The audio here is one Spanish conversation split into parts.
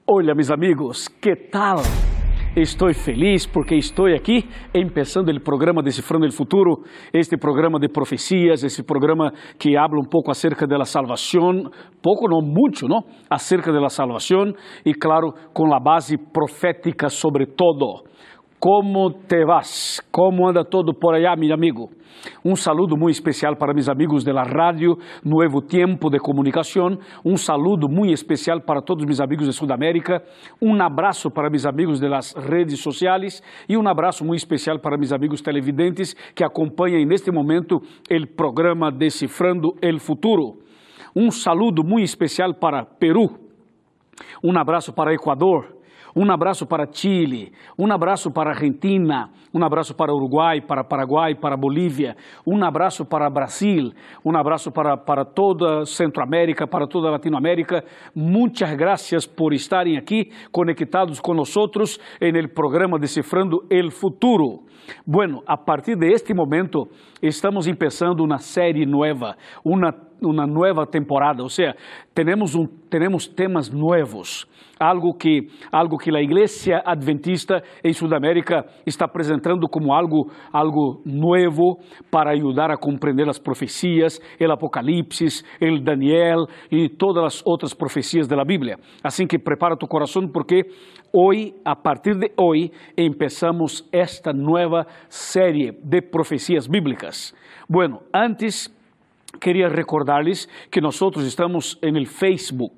Olá, meus amigos, que tal? Estou feliz porque estou aqui começando o programa Decifrando o Futuro, este programa de profecias, esse programa que habla um pouco acerca da salvação, pouco não, muito, não? Acerca da salvação e, claro, com a base profética sobre todo. Como te vas? Como anda todo por allá, meu amigo? Um saludo muito especial para meus amigos da rádio Nuevo Tiempo de Comunicação, um saludo muito especial para todos meus amigos de Sudamérica, um abraço para meus amigos das redes sociais e um abraço muito especial para meus amigos televidentes que acompanham neste momento o programa Decifrando el Futuro. Um saludo muito especial para Peru, um abraço para Equador, um abraço para Chile, um abraço para Argentina, um abraço para Uruguai, para Paraguai, para Bolívia, um abraço para Brasil, um abraço para toda Centroamérica, para toda Latinoamérica. Muitas graças por estarem aqui conectados com nós no programa Decifrando el Futuro. Bueno, a partir de este momento estamos começando uma série nova, uma nova temporada, ou seja, temos temas novos, algo que a Igreja Adventista em Sudamérica está apresentando como algo novo para ajudar a compreender as profecias, o Apocalipse, o Daniel e todas as outras profecias da Bíblia. Assim que prepara tu coração porque hoje, a partir de hoje, empezamos esta nova série de profecias bíblicas. Bueno, antes queria recordar-lhes que nós estamos no Facebook,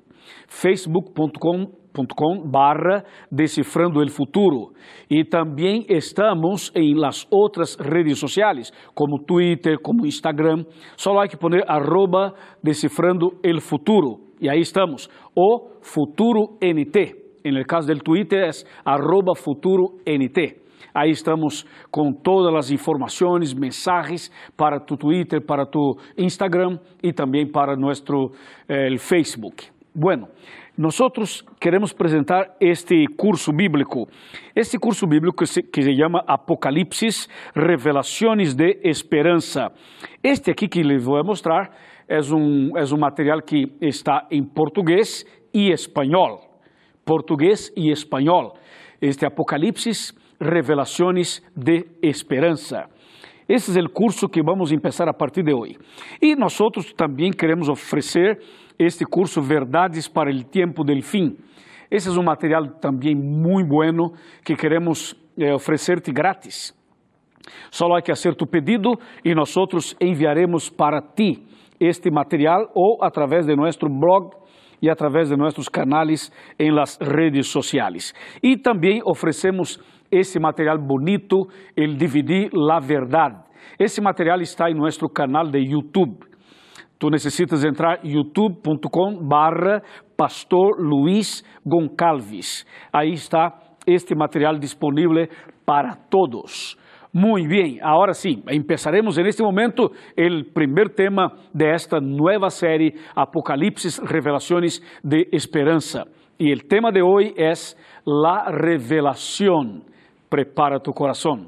facebook.com/Decifrando el Futuro. E também estamos em las outras redes sociais, como Twitter, como Instagram. Só há que poner @Decifrando el Futuro. E aí estamos, o Futuro NT. En el caso del Twitter é @FuturoNT. Aí estamos com todas as informações, mensagens para tu Twitter, para tu Instagram e também para nosso Facebook. Bueno, nós queremos apresentar este curso bíblico. Este curso bíblico que se chama Apocalipsis, Revelações de Esperança. Este aqui que les vou mostrar é um material que está em português e espanhol. Português e espanhol. Este Apocalipsis, Revelações de Esperança. Esse é o curso que vamos começar a partir de hoje. E nós também queremos oferecer este curso Verdades para o Tempo del Fim. Esse é um material também muito bueno que queremos oferecer-te grátis. Só há que fazer tu pedido e nós enviaremos para ti este material ou através de nosso blog e através de nossos canais em las redes sociais. E também oferecemos esse material bonito, o DVD La Verdade. Esse material está em nosso canal de YouTube. Tu necessitas entrar youtube.com/Pastor Luis Goncalves. Aí está este material disponível para todos. Muito bem, agora sim, empezaremos neste momento o primeiro tema de esta nova série, Apocalipsis, Revelações de Esperança. E o tema de hoje é la revelação. Prepara tu coração.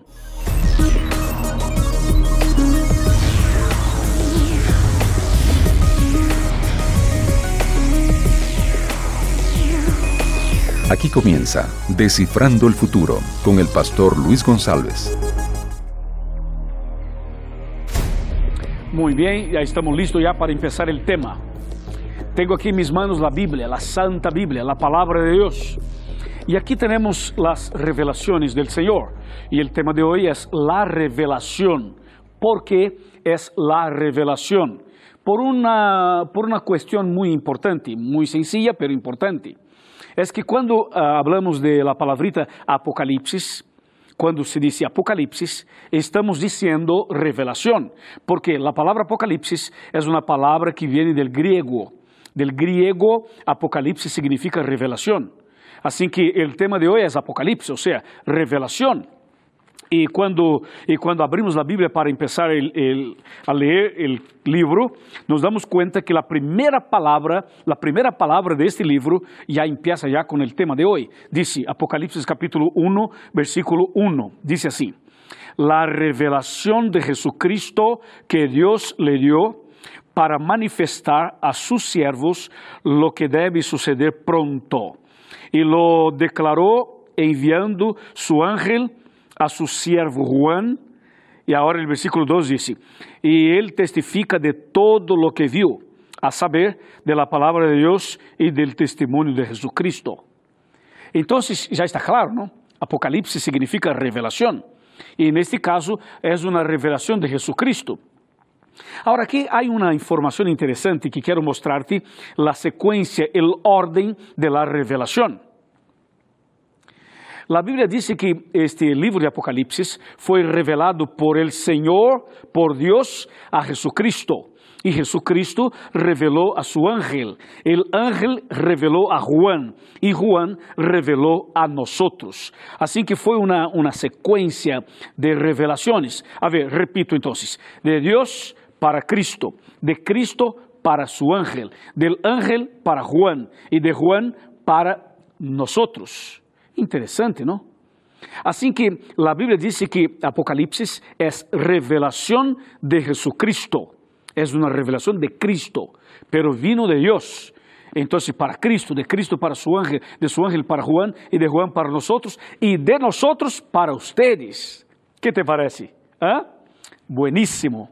Aquí comienza Descifrando el Futuro con el pastor Luis González. Muy bien, ya estamos listos ya para empezar el tema. Tengo aquí en mis manos la Biblia, la Santa Biblia, la Palabra de Dios. Y aquí tenemos las revelaciones del Señor. Y el tema de hoy es la revelación. ¿Por qué es la revelación? Por una cuestión muy importante, muy sencilla, pero importante. Es que cuando hablamos de la palabrita Apocalipsis, cuando se dice Apocalipsis, estamos diciendo revelación, porque la palabra Apocalipsis es una palabra que viene del griego. Del griego, Apocalipsis significa revelación. Así que el tema de hoy es Apocalipsis, o sea, revelación. Y cuando abrimos la Biblia para empezar a leer el libro, nos damos cuenta que la primera palabra de este libro ya empieza ya con el tema de hoy. Dice Apocalipsis capítulo 1, versículo 1. Dice así: la revelación de Jesucristo que Dios le dio para manifestar a sus siervos lo que debe suceder pronto. Y lo declaró enviando su ángel a su siervo Juan. Y ahora el versículo 2 dice, y él testifica de todo lo que vio, a saber, de la palabra de Dios y del testimonio de Jesucristo. Entonces, ya está claro, ¿no? Apocalipsis significa revelación. Y en este caso es una revelación de Jesucristo. Ahora, aquí hay una información interesante que quiero mostrarte, la secuencia, el orden de la revelación. La Biblia dice que este libro de Apocalipsis fue revelado por el Señor, por Dios, a Jesucristo. Y Jesucristo reveló a su ángel. El ángel reveló a Juan. Y Juan reveló a nosotros. Así que fue una secuencia de revelaciones. A ver, repito entonces. De Dios para Cristo. De Cristo para su ángel. Del ángel para Juan. Y de Juan para nosotros. Interesante, ¿no? Así que la Biblia dice que Apocalipsis es revelación de Jesucristo. Es una revelación de Cristo, pero vino de Dios. Entonces, para Cristo, de Cristo para su ángel, de su ángel para Juan, y de Juan para nosotros, y de nosotros para ustedes. ¿Qué te parece? ¿Ah? Buenísimo.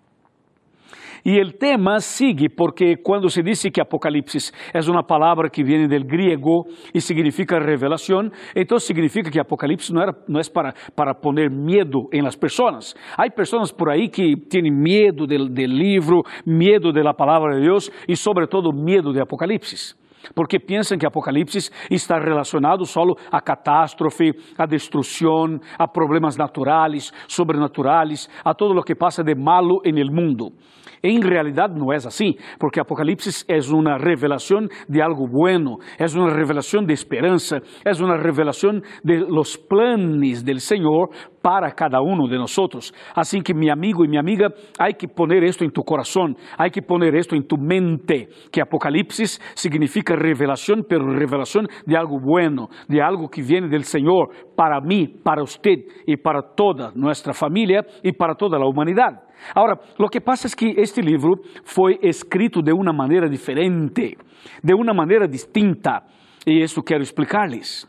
Y el tema sigue porque cuando se dice que Apocalipsis es una palabra que viene del griego y significa revelación, entonces significa que Apocalipsis no es para poner miedo en las personas. Hay personas por ahí que tienen miedo del libro, miedo de la palabra de Dios y sobre todo miedo de Apocalipsis. Porque piensan que Apocalipsis está relacionado solo a catástrofe, a destrucción, a problemas naturales, sobrenaturales, a todo lo que pasa de malo en el mundo. En realidad no es así, porque Apocalipsis es una revelación de algo bueno, es una revelación de esperanza, es una revelación de los planes del Señor para cada uno de nosotros. Así que mi amigo y mi amiga, hay que poner esto en tu corazón, hay que poner esto en tu mente, que Apocalipsis significa revelación, pero revelación de algo bueno, de algo que viene del Señor para mí, para usted y para toda nuestra familia y para toda la humanidad. Ahora, lo que pasa es que este libro fue escrito de una manera diferente, de una manera distinta, y esto quiero explicarles.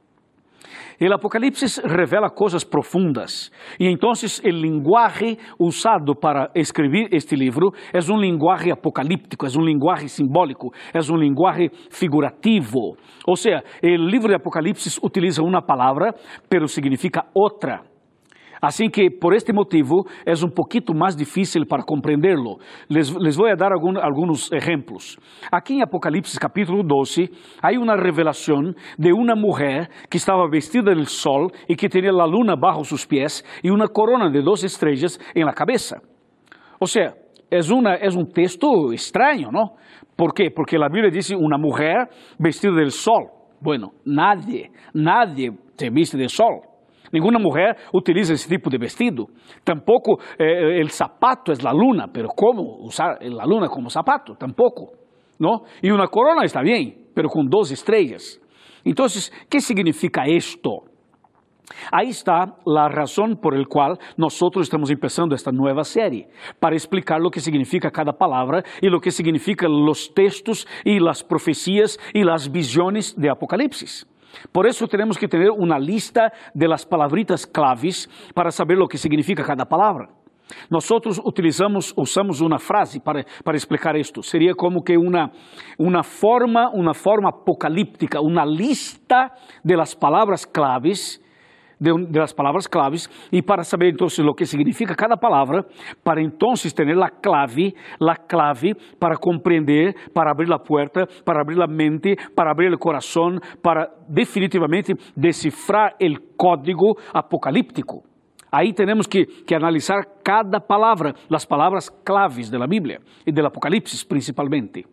El Apocalipsis revela cosas profundas, y entonces el lenguaje usado para escribir este libro es un lenguaje apocalíptico, es un lenguaje simbólico, es un lenguaje figurativo. O sea, el libro de Apocalipsis utiliza una palabra, pero significa otra. Así que por este motivo es un poquito más difícil para comprenderlo. Les voy a dar algunos ejemplos. Aquí en Apocalipsis capítulo 12 hay una revelación de una mujer que estaba vestida del sol y que tenía la luna bajo sus pies y una corona de 2 estrellas en la cabeza. O sea, es un texto extraño, ¿no? ¿Por qué? Porque la Biblia dice una mujer vestida del sol. Bueno, nadie se viste del sol. Ninguna mujer utiliza ese tipo de vestido. Tampoco el zapato es la luna, pero ¿cómo usar la luna como zapato? Tampoco, ¿no? Y una corona está bien, pero con 2 estrellas. Entonces, ¿qué significa esto? Ahí está la razón por la cual nosotros estamos empezando esta nueva serie, para explicar lo que significa cada palabra y lo que significan los textos y las profecías y las visiones de Apocalipsis. Por eso tenemos que tener una lista de las palabritas claves para saber lo que significa cada palabra. Nosotros usamos una frase para explicar esto. Sería como que una forma apocalíptica, una lista de las palabras claves, de las palabras claves, y para saber entonces lo que significa cada palabra, para entonces tener la clave para comprender, para abrir la puerta, para abrir la mente, para abrir el corazón, para definitivamente descifrar el código apocalíptico. Ahí tenemos que analizar cada palabra, las palabras claves de la Biblia y del Apocalipsis principalmente.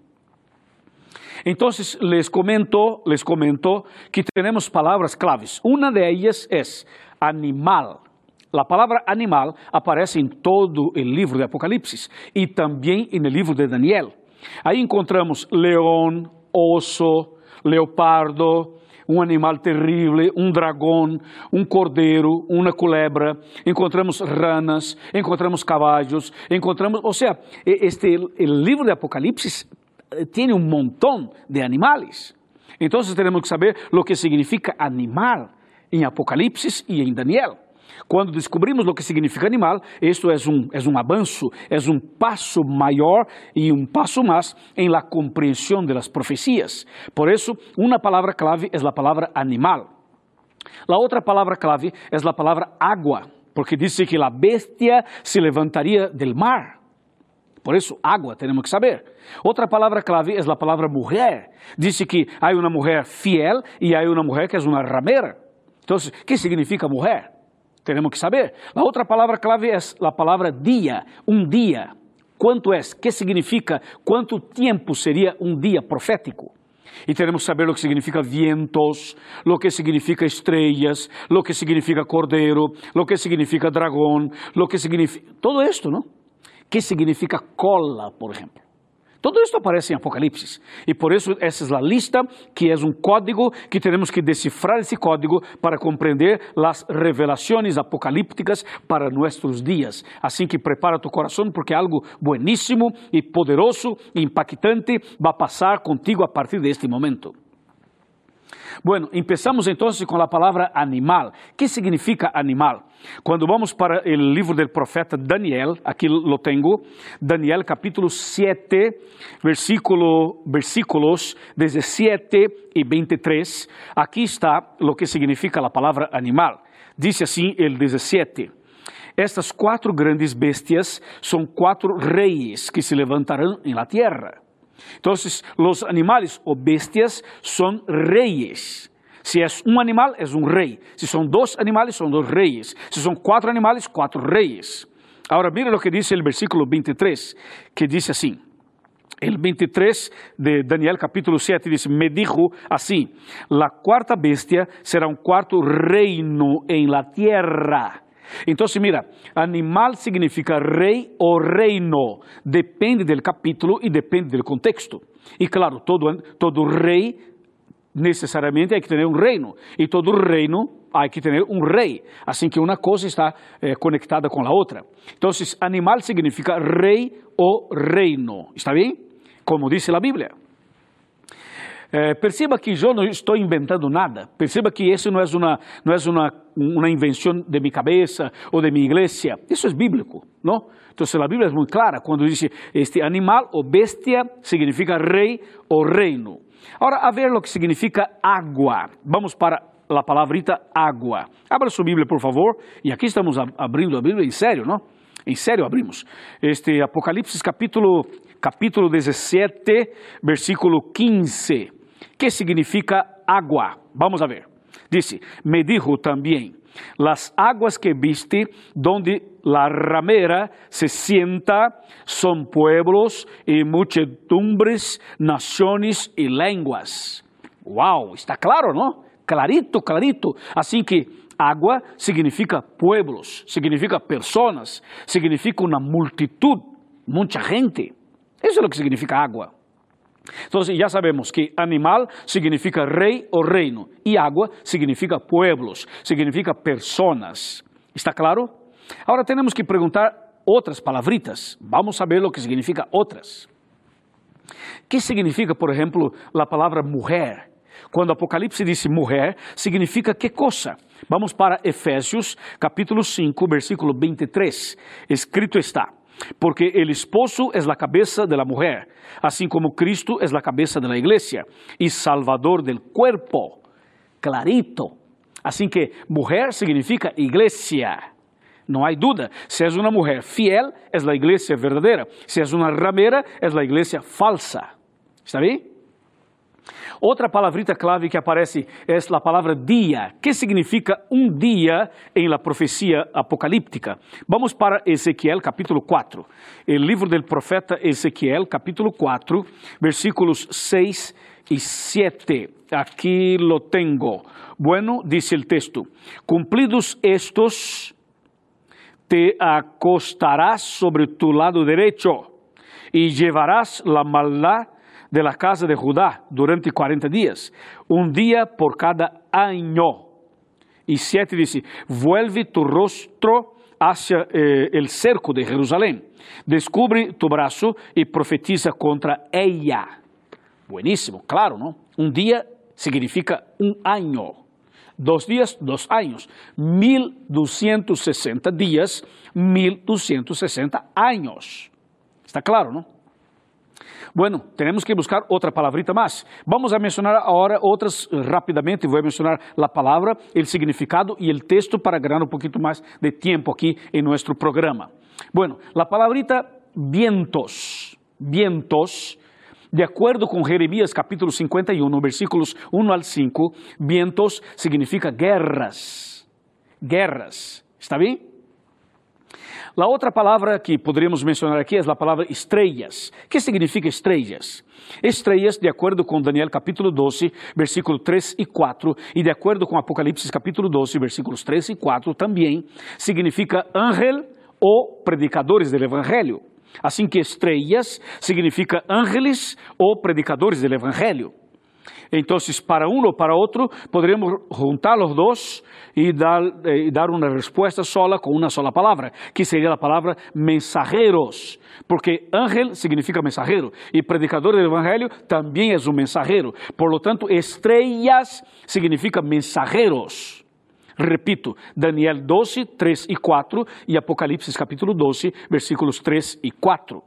Entonces les comento que tenemos palabras claves. Una de ellas es animal. La palabra animal aparece en todo el libro de Apocalipsis y también en el libro de Daniel. Ahí encontramos león, oso, leopardo, um animal terrível, um dragão, um cordeiro, uma culebra, encontramos ranas, encontramos caballos, encontramos, ou seja, el livro de Apocalipse tem um montão de animais. Então, temos que saber o que significa animal em Apocalipse e em Daniel. Quando descobrimos o que significa animal, isto é um avanço, é um passo maior e um passo mais em la compreensão de las profecias. Por isso, uma palavra clave é a palavra animal. La outra palavra clave é a palavra água, porque diz que a bestia se levantaria del mar. Por isso, água, temos que saber. Outra palavra clave é a palavra mulher. Diz que há uma mulher fiel e há uma mulher que é uma ramera. Então, o que significa mulher? Temos que saber. A outra palavra clave é a palavra dia, um dia. Quanto é? Que significa? Quanto tempo seria um dia profético? E temos que saber o que significa vientos, o que significa estrelas, o que significa cordeiro, o que significa dragão, o que significa... Todo isto, não? Que significa cola, por exemplo. Todo isso aparece em Apocalipse. E por isso essa é a lista, que é um código, que temos que decifrar esse código para compreender as revelações apocalípticas para nossos dias. Assim que prepara tu coração, porque algo bueníssimo e poderoso e impactante vai passar contigo a partir deste momento. Bueno, empezamos entonces con la palabra animal. ¿Qué significa animal? Cuando vamos para el libro del profeta Daniel, aquí lo tengo, Daniel capítulo 7, versículos 17 y 23, aquí está lo que significa la palabra animal. Dice así el 17. Estas 4 grandes bestias son 4 reyes que se levantarán en la tierra. Entonces, los animales o bestias son reyes. Si es un animal, es un rey. Si son 2 animales, son 2 reyes. Si son 4 animales, 4 reyes. Ahora, mira lo que dice el versículo 23, que dice así. El 23 de Daniel capítulo 7 dice, me dijo así, la 4ª bestia será un 4º reino en la tierra. Entonces, mira, animal significa rei o reino, depende del capítulo y depende del contexto. Y claro, todo rey necesariamente hay que tener un reino, y todo reino hay que tener un rey, así que una cosa está conectada con la otra. Entonces, animal significa rey o reino, ¿está bien? Como dice la Biblia. Perceba que eu não estou inventando nada. Perceba que isso não é uma invenção de minha cabeça ou de minha igreja. Isso é bíblico, não? Então, a Bíblia é muito clara quando diz este animal ou bestia significa rei ou reino. Agora, a ver o que significa água. Vamos para a palavrita água. Abra sua Bíblia, por favor. E aqui estamos abrindo a Bíblia em sério, não? Em sério abrimos. Apocalipse capítulo 17, versículo 15. ¿Qué significa agua? Vamos a ver. Dice, me dijo también, las aguas que viste donde la ramera se sienta son pueblos y muchedumbres, naciones y lenguas. Wow, está claro, ¿no? Clarito, clarito. Así que agua significa pueblos, significa personas, significa una multitud, mucha gente. Eso es lo que significa agua. Entonces ya sabemos que animal significa rey o reino y agua significa pueblos, significa personas. ¿Está claro? Ahora tenemos que preguntar otras palabritas. Vamos a ver lo que significa otras. ¿Qué significa, por ejemplo, la palabra mujer? Cuando Apocalipse dice mujer, significa qué cosa? Vamos para Efesios capítulo 5, versículo 23. Escrito está. Porque el esposo es la cabeza de la mujer, así como Cristo es la cabeza de la iglesia y salvador del cuerpo. Clarito. Así que mujer significa iglesia. No hay duda. Si es una mujer fiel, es la iglesia verdadera. Si es una ramera, es la iglesia falsa. ¿Está bien? Outra palavrita clave que aparece é a palavra dia. Que significa um dia em la profecia apocalíptica? Vamos para Ezequiel capítulo 4. O livro do profeta Ezequiel capítulo 4, versículos 6 e 7. Aqui lo tengo. Bueno, dice el texto. Cumplidos estos, te acostarás sobre tu lado derecho y llevarás la maldad de la casa de Judá durante 40 días, un día por cada año. Y 7 dice, vuelve tu rostro hacia el cerco de Jerusalén, descubre tu brazo y profetiza contra ella. Buenísimo, claro, ¿no? Un día significa un año. 2 días, 2 años. 1260 días, 1260 años. Está claro, ¿no? Bueno, tenemos que buscar otra palabrita más. Vamos a mencionar ahora otras rápidamente. Voy a mencionar la palabra, el significado y el texto para ganar un poquito más de tiempo aquí en nuestro programa. Bueno, la palabrita vientos. Vientos, de acuerdo con Jeremías capítulo 51, versículos 1 al 5, vientos significa guerras. Guerras. ¿Está bien? La otra palabra que podríamos mencionar aquí es la palabra estrellas. ¿Qué significa estrellas? Estrellas, de acuerdo con Daniel capítulo 12, versículos 3 y 4, y de acuerdo con Apocalipsis capítulo 12, versículos 3 y 4 también, significa ángel o predicadores del evangelio. Así que estrellas significa ángeles o predicadores del evangelio. Entonces, para uno o para otro, podríamos juntar los dos y dar una respuesta sola con una sola palabra, que sería la palabra mensajeros, porque ángel significa mensajero y predicador del evangelio también es un mensajero. Por lo tanto, estrellas significa mensajeros. Repito, Daniel 12, 3 y 4 y Apocalipsis capítulo 12, versículos 3 y 4.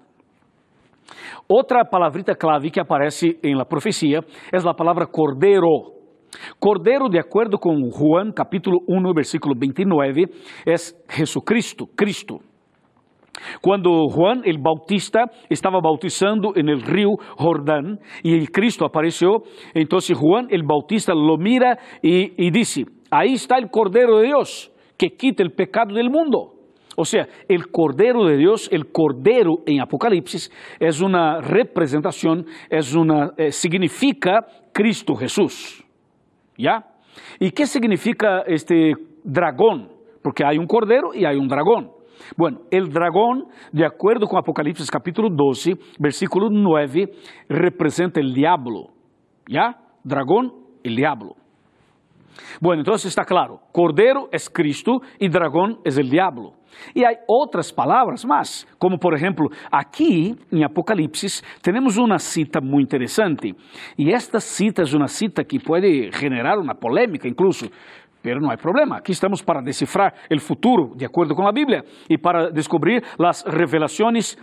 Otra palabrita clave que aparece en la profecía es la palabra cordero. Cordero, de acuerdo con Juan capítulo 1, versículo 29, es Jesucristo, Cristo. Cuando Juan el Bautista estaba bautizando en el río Jordán y Cristo apareció, entonces Juan el Bautista lo mira y dice, ahí está el Cordero de Dios que quita el pecado del mundo. O sea, el Cordero de Dios, el Cordero en Apocalipsis es una representación, significa Cristo Jesús. ¿Ya? ¿Y qué significa este dragón? Porque hay un cordero y hay un dragón. Bueno, el dragón, de acuerdo con Apocalipsis capítulo 12, versículo 9, representa el diablo. ¿Ya? Dragón, el diablo. Bueno, entonces está claro, cordero es Cristo y dragón es el diablo. Y hay otras palabras más, como por ejemplo, aquí en Apocalipsis tenemos una cita muy interesante. Y esta cita es una cita que puede generar una polémica incluso, pero no hay problema. Aquí estamos para descifrar el futuro de acuerdo con la Biblia y para descubrir las revelaciones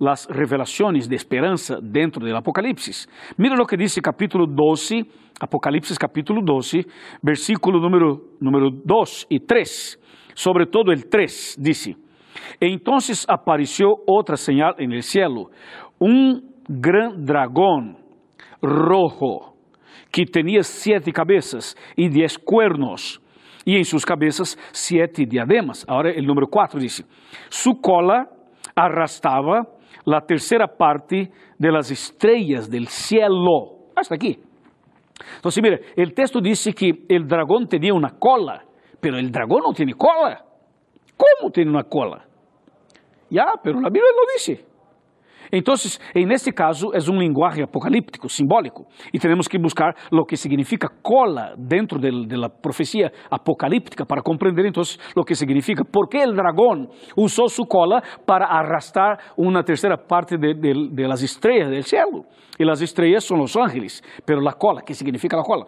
de esperanza dentro del Apocalipsis. Mira lo que dice capítulo 12, Apocalipsis capítulo 12, versículo número 2 y 3. Sobre todo el 3 dice, entonces apareció otra señal en el cielo, un gran dragón rojo que tenía 7 cabezas y 10 cuernos y en sus cabezas 7 diademas. Ahora el número 4 dice, su cola arrastraba la tercera parte de las estrellas del cielo. Hasta aquí. Entonces, mire, el texto dice que el dragón tenía una cola, pero el dragón no tiene cola. ¿Cómo tiene una cola? Ya, pero la Biblia lo dice. Entonces, en este caso, es un lenguaje apocalíptico, simbólico. Y tenemos que buscar lo que significa cola dentro de la profecía apocalíptica para comprender entonces lo que significa. ¿Por qué el dragón usó su cola para arrastrar una tercera parte de las estrellas del cielo? Y las estrellas son los ángeles. Pero la cola, ¿qué significa la cola?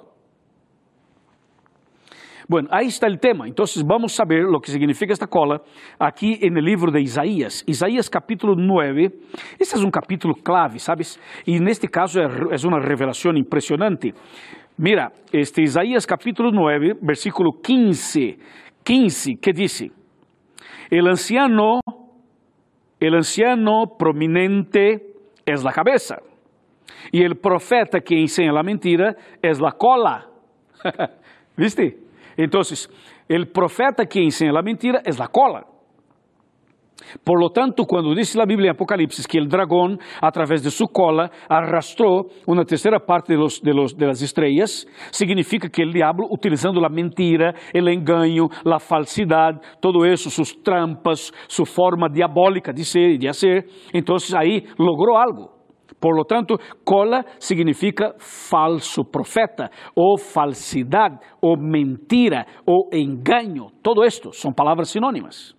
Bueno, ahí está el tema. Entonces vamos a ver lo que significa esta cola aquí en el libro de Isaías. Isaías capítulo 9. Este es un capítulo clave, ¿sabes? Y en este caso es una revelación impresionante. Mira, Isaías capítulo 9, versículo 15. 15, ¿qué dice? El anciano prominente es la cabeza. Y el profeta que enseña la mentira es la cola. ¿Viste? Entonces, el profeta que enseña la mentira es la cola. Por lo tanto, cuando dice la Biblia en Apocalipsis que el dragón, a través de su cola, arrastró una tercera parte de las estrellas, significa que el diablo, utilizando la mentira, el engaño, la falsidad, todo eso, sus trampas, su forma diabólica de ser y de hacer, entonces ahí logró algo. Por lo tanto, cola significa falso profeta, o falsidad, o mentira, o engaño. Todo esto son palabras sinónimas.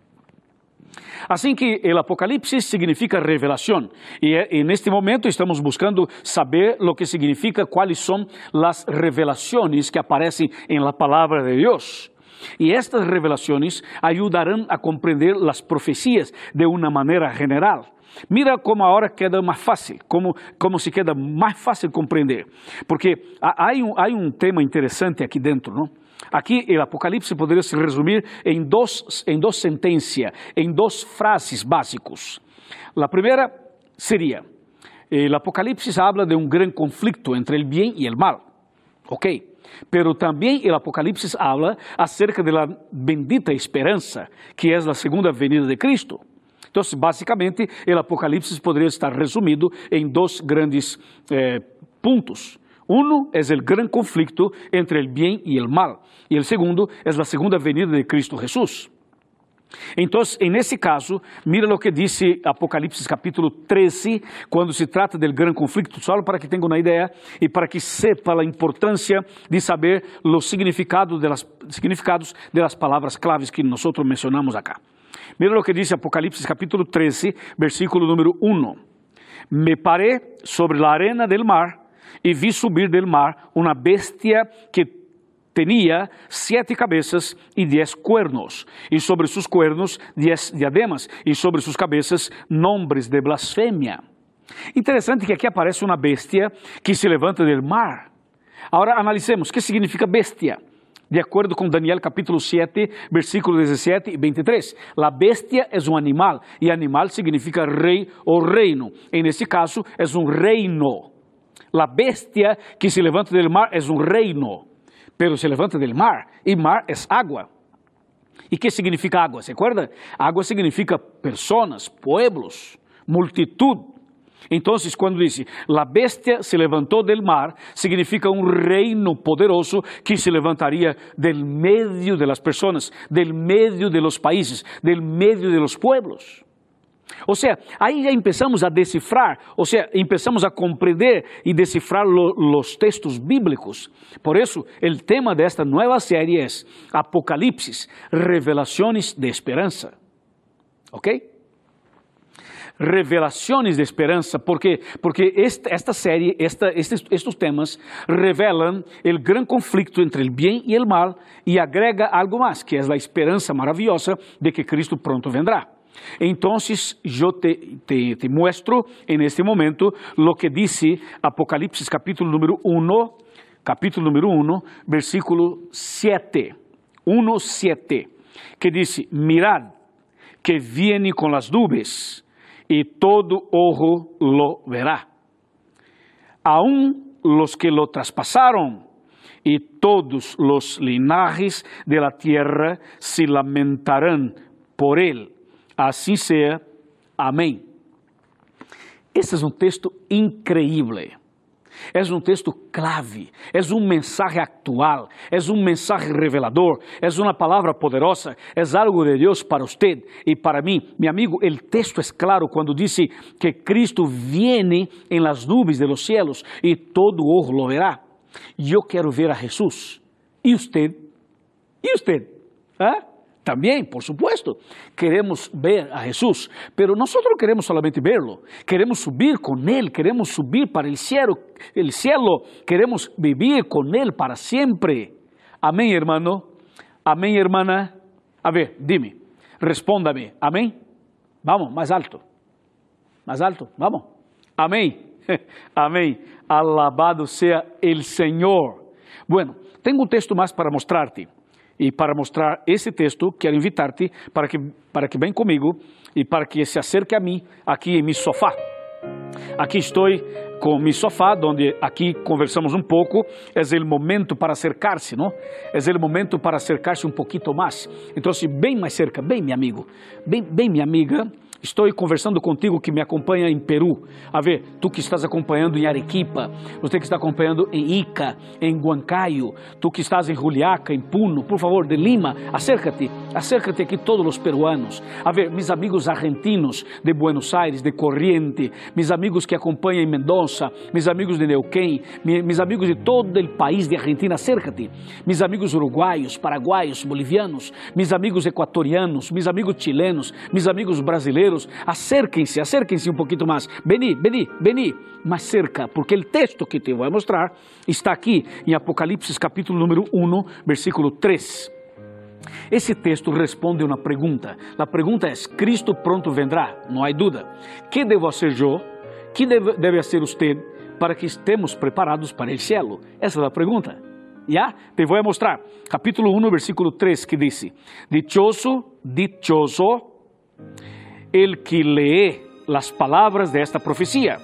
Así que el Apocalipsis significa revelación. Y en este momento estamos buscando saber lo que significa, cuáles son las revelaciones que aparecen en la palabra de Dios. Y estas revelaciones ayudarán a comprender las profecías de una manera general. Mira cómo ahora queda más fácil, cómo se queda más fácil comprender. Porque hay un tema interesante aquí dentro, ¿no? Aquí el Apocalipsis podría se resumir en dos sentencias, en dos frases básicas. La primera sería, el Apocalipsis habla de un gran conflicto entre el bien y el mal. Ok, pero también el Apocalipsis habla acerca de la bendita esperanza, que es la segunda venida de Cristo. Entonces, básicamente, el Apocalipsis podría estar resumido en dos grandes puntos. Uno es el gran conflicto entre el bien y el mal, y el segundo es la segunda venida de Cristo Jesús. Entonces, en ese caso, mira lo que dice Apocalipsis capítulo 13, cuando se trata del gran conflicto, solo para que tenga una idea y para que sepa la importancia de saber los significados de las palabras claves que nosotros mencionamos acá. Mira lo que dice Apocalipsis capítulo 13, versículo número 1. Me paré sobre la arena del mar y vi subir del mar una bestia que tenía 7 cabezas y 10 cuernos, y sobre sus cuernos 10 diademas, y sobre sus cabezas nombres de blasfemia. Interesante que aquí aparece una bestia que se levanta del mar. Ahora analicemos, ¿qué significa bestia? De acuerdo con Daniel capítulo 7, versículos 17 y 23. La bestia es un animal, y animal significa rey o reino. En este caso es un reino. La bestia que se levanta del mar es un reino, pero se levanta del mar, y mar es agua. ¿Y qué significa agua? ¿Se acuerda? Agua significa personas, pueblos, multitud. Entonces, cuando dice, la bestia se levantó del mar, significa un reino poderoso que se levantaría del medio de las personas, del medio de los países, del medio de los pueblos. O sea, ahí ya empezamos a descifrar, o sea, empezamos a comprender y descifrar los textos bíblicos. Por eso, el tema de esta nueva serie es Apocalipsis, revelaciones de esperanza. ¿Ok? Revelaciones de esperanza, porque esta serie, estos temas revelan el gran conflicto entre el bien y el mal y agrega algo más, que es la esperanza maravillosa de que Cristo pronto vendrá. Entonces yo te muestro en este momento lo que dice Apocalipsis capítulo número 1, versículo 7, 1:7, que dice, mirad que viene con las nubes y todo ojo lo verá, aun los que lo traspasaron, y todos los linajes de la tierra se lamentarán por él. Así sea. Amén. Este es un texto increíble. Es un texto clave, es un mensaje actual, es un mensaje revelador, es una palabra poderosa, es algo de Dios para usted y para mí. Mi amigo, el texto es claro cuando dice que Cristo viene en las nubes de los cielos y todo ojo lo verá. Yo quiero ver a Jesús. ¿Y usted? ¿Y usted? ¿Ah? También, por supuesto, queremos ver a Jesús, pero nosotros no queremos solamente verlo, queremos subir con Él, queremos subir para el cielo, queremos vivir con Él para siempre. Amén, hermano. Amén, hermana. A ver, dime, respóndame. Amén. Vamos, más alto, vamos. Amén. Amén. Alabado sea el Señor. Bueno, tengo un texto más para mostrarte. Y para mostrar ese texto, quiero invitarte para que venga conmigo y para que se acerque a mí aquí en mi sofá. Aquí estoy con mi sofá, donde aquí conversamos un poco. Es el momento para acercarse, ¿no? Es el momento para acercarse un poquito más. Entonces, ven más cerca, ven mi amigo, ven mi amiga. Estou conversando contigo que me acompanha em Peru. A ver, tu que estás acompanhando em Arequipa, você que está acompanhando em Ica, em Huancayo, tu que estás em Juliaca, em Puno, por favor, de Lima, acércate Acércate aquí todos los peruanos. A ver, mis amigos argentinos de Buenos Aires, de Corriente, mis amigos que acompañan en Mendoza, mis amigos de Neuquén, mis amigos de todo el país de Argentina, acércate. Mis amigos uruguayos, paraguayos, bolivianos, mis amigos ecuatorianos, mis amigos chilenos, mis amigos brasileños, acérquense, acérquense un poquito más. Vení, vení, vení más cerca, porque el texto que te voy a mostrar está aquí en Apocalipsis capítulo número 1, versículo 3. Esse texto responde uma pergunta. A pergunta é: Cristo pronto vendrá? Não há dúvida. Que devo fazer eu? Que deve fazer você para que estemos preparados para o cielo? Essa é a pergunta. Já? Te vou mostrar. Capítulo 1, versículo 3, que diz: Dichoso, dichoso, el que lee las palavras de esta profecía,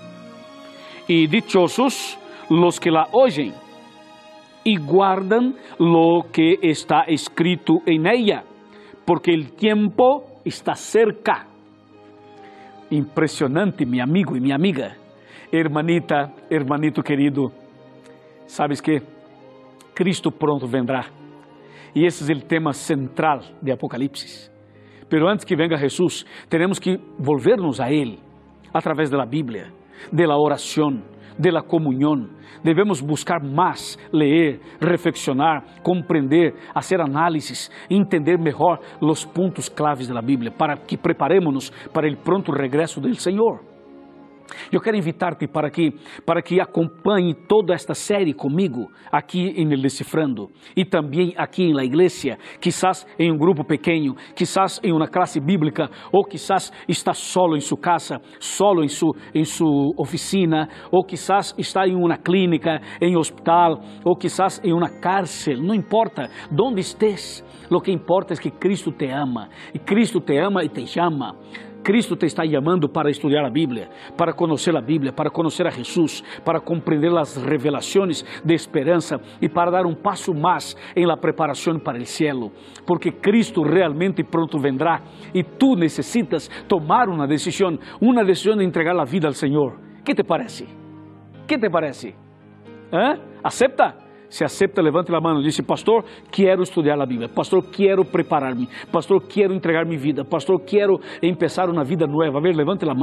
e dichosos los que la oyen y guardan lo que está escrito en ella, porque el tiempo está cerca. Impresionante, mi amigo y mi amiga, hermanita, hermanito querido. ¿Sabes qué? Cristo pronto vendrá. Y ese es el tema central de Apocalipsis. Pero antes que venga Jesús, tenemos que volvernos a Él a través de la Biblia, de la oración, de la comunión. Devemos buscar más, leer, reflexionar, compreender, hacer análisis, entender mejor los puntos claves de la Biblia para que preparemos para el pronto regreso del Señor. Eu quero invitar-te para que acompanhe toda esta série comigo aqui em El Decifrando e também aqui em la igreja, quizás em um grupo pequeno, quizás em uma classe bíblica ou quizás está solo em sua casa, solo em sua oficina, ou quizás está em uma clínica, em hospital, ou quizás em uma cárcel, não importa onde estés, lo que importa é que Cristo te ama e te chama. Cristo te está chamando para estudar a Bíblia, para conhecer a Bíblia, para conhecer a Jesus, para compreender as revelações de esperança e para dar um passo mais em la preparação para o cielo, porque Cristo realmente pronto vendrá e tu necessitas tomar uma decisão de entregar a vida ao Senhor. Que te parece? Que te parece? ¿Acepta? Se acepta, levante a mão e diz: pastor, quero estudar a Bíblia, pastor, quero preparar-me, pastor, quero entregar minha vida, pastor, quero começar uma vida nova. A ver, levante a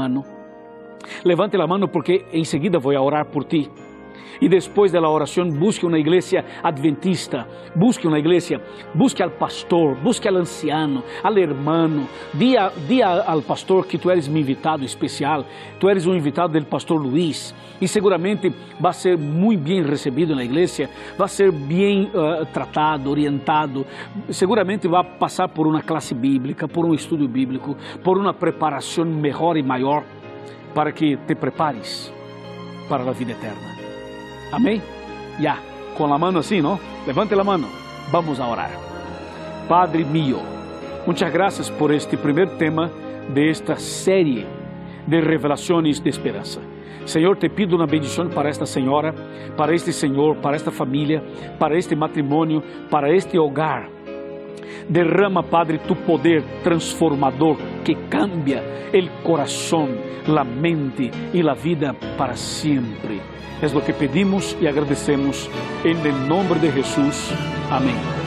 mão porque em seguida vou orar por ti. E depois da oração, busque uma igreja adventista, busque al pastor, busque al anciano, al hermano, diga al pastor que tu eres mi invitado especial, tu eres um invitado del pastor Luis, e seguramente vai ser muito bem recebido na igreja, vai ser bem tratado, orientado, seguramente vai passar por uma classe bíblica, por um estudo bíblico, por uma preparação melhor e maior, para que te prepares para a vida eterna. Amém? Ya, com a mão assim, não? Levante a mão. Vamos a orar. Padre mío, muchas gracias por este primer tema de esta série de revelações de esperança. Senhor, te pido uma bendição para esta senhora, para este senhor, para esta família, para este matrimônio, para este hogar. Derrama, Padre, tu poder transformador que cambia el corazón, la mente y la vida para siempre. Es lo que pedimos y agradecemos en el nombre de Jesús. Amén.